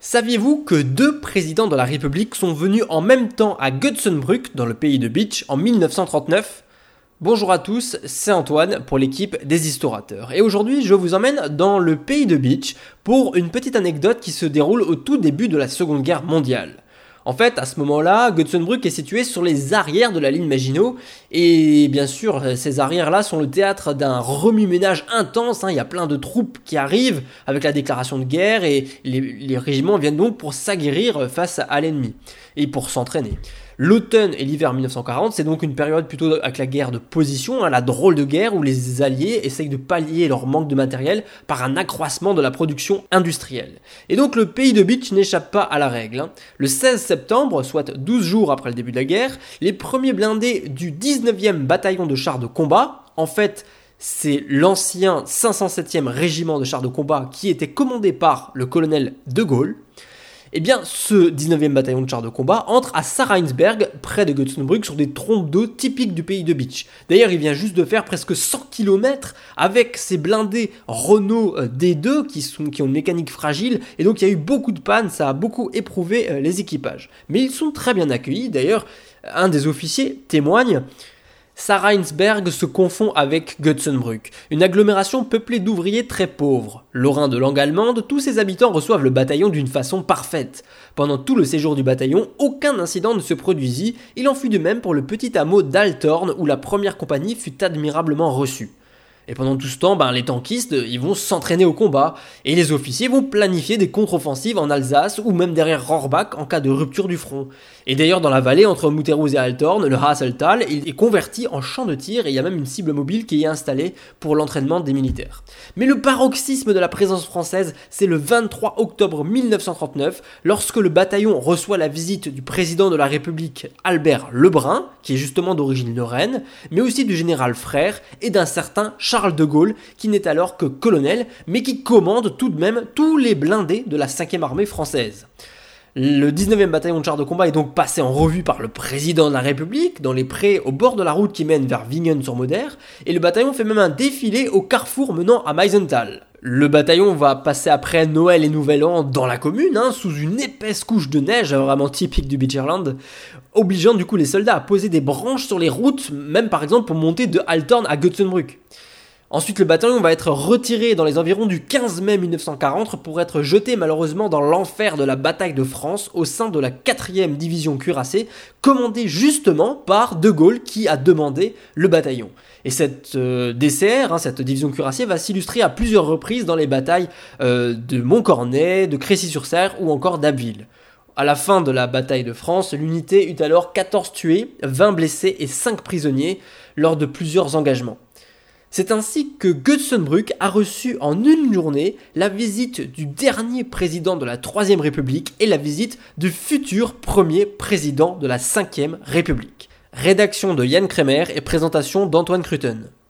Saviez-vous que deux présidents de la République sont venus en même temps à Götzenbrück, dans le pays de Bitche, en 1939 ? Bonjour à tous, c'est Antoine pour l'équipe des Historateurs. Et aujourd'hui, je vous emmène dans le pays de Bitche pour une petite anecdote qui se déroule au tout début de la Seconde Guerre mondiale. En fait, à ce moment-là, Götzenbrück est situé sur les arrières de la ligne Maginot, et bien sûr, ces arrières-là sont le théâtre d'un remue-ménage intense, il y a plein de troupes qui arrivent avec la déclaration de guerre, et les régiments viennent donc pour s'aguerrir face à l'ennemi, et pour s'entraîner. L'automne et l'hiver 1940, c'est donc une période plutôt avec la guerre de position, la drôle de guerre où les Alliés essayent de pallier leur manque de matériel par un accroissement de la production industrielle. Et donc le pays de Bitche n'échappe pas à la règle. Le 16 septembre, soit 12 jours après le début de la guerre, les premiers blindés du 19e bataillon de chars de combat, en fait c'est l'ancien 507e régiment de chars de combat qui était commandé par le colonel de Gaulle, eh bien, ce 19e bataillon de chars de combat entre à Sarreinsberg, près de Götzenbrück, sur des trompes d'eau typiques du pays de Bitche. D'ailleurs, il vient juste de faire presque 100 km avec ces blindés Renault D2 qui ont une mécanique fragile, et donc il y a eu beaucoup de pannes, ça a beaucoup éprouvé les équipages. Mais ils sont très bien accueillis, d'ailleurs, un des officiers témoigne. Sarreinsberg se confond avec Götzenbrück, une agglomération peuplée d'ouvriers très pauvres. Lorrains de langue allemande, tous ses habitants reçoivent le bataillon d'une façon parfaite. Pendant tout le séjour du bataillon, aucun incident ne se produisit, il en fut de même pour le petit hameau d'Altorn où la première compagnie fut admirablement reçue. Et pendant tout ce temps, les tankistes, ils vont s'entraîner au combat, et les officiers vont planifier des contre-offensives en Alsace ou même derrière Rohrbach en cas de rupture du front. Et d'ailleurs, dans la vallée entre Mutterhus et Altorn, le Hasseltal est converti en champ de tir et il y a même une cible mobile qui est installée pour l'entraînement des militaires. Mais le paroxysme de la présence française, c'est le 23 octobre 1939, lorsque le bataillon reçoit la visite du président de la République, Albert Lebrun, qui est justement d'origine lorraine, mais aussi du général Frère et d'un certain Charles de Gaulle, qui n'est alors que colonel, mais qui commande tout de même tous les blindés de la 5e armée française. Le 19e bataillon de chars de combat est donc passé en revue par le président de la République, dans les prés au bord de la route qui mène vers Wingen-sur-Moder, et le bataillon fait même un défilé au carrefour menant à Meisenthal. Le bataillon va passer après Noël et Nouvel An dans la commune, sous une épaisse couche de neige, vraiment typique du Beacherland, obligeant du coup les soldats à poser des branches sur les routes, même par exemple pour monter de Altorn à Götzenbrück. Ensuite, le bataillon va être retiré dans les environs du 15 mai 1940 pour être jeté malheureusement dans l'enfer de la bataille de France au sein de la 4e division cuirassée, commandée justement par De Gaulle qui a demandé le bataillon. Et cette DCR, cette division cuirassée, va s'illustrer à plusieurs reprises dans les batailles de Montcornet, de Crécy-sur-Serre ou encore d'Abbeville. À la fin de la bataille de France, l'unité eut alors 14 tués, 20 blessés et 5 prisonniers lors de plusieurs engagements. C'est ainsi que Götzenbrück a reçu en une journée la visite du dernier président de la 3e République et la visite du futur premier président de la 5e République. Rédaction de Yann Kremer et présentation d'Antoine Crutten.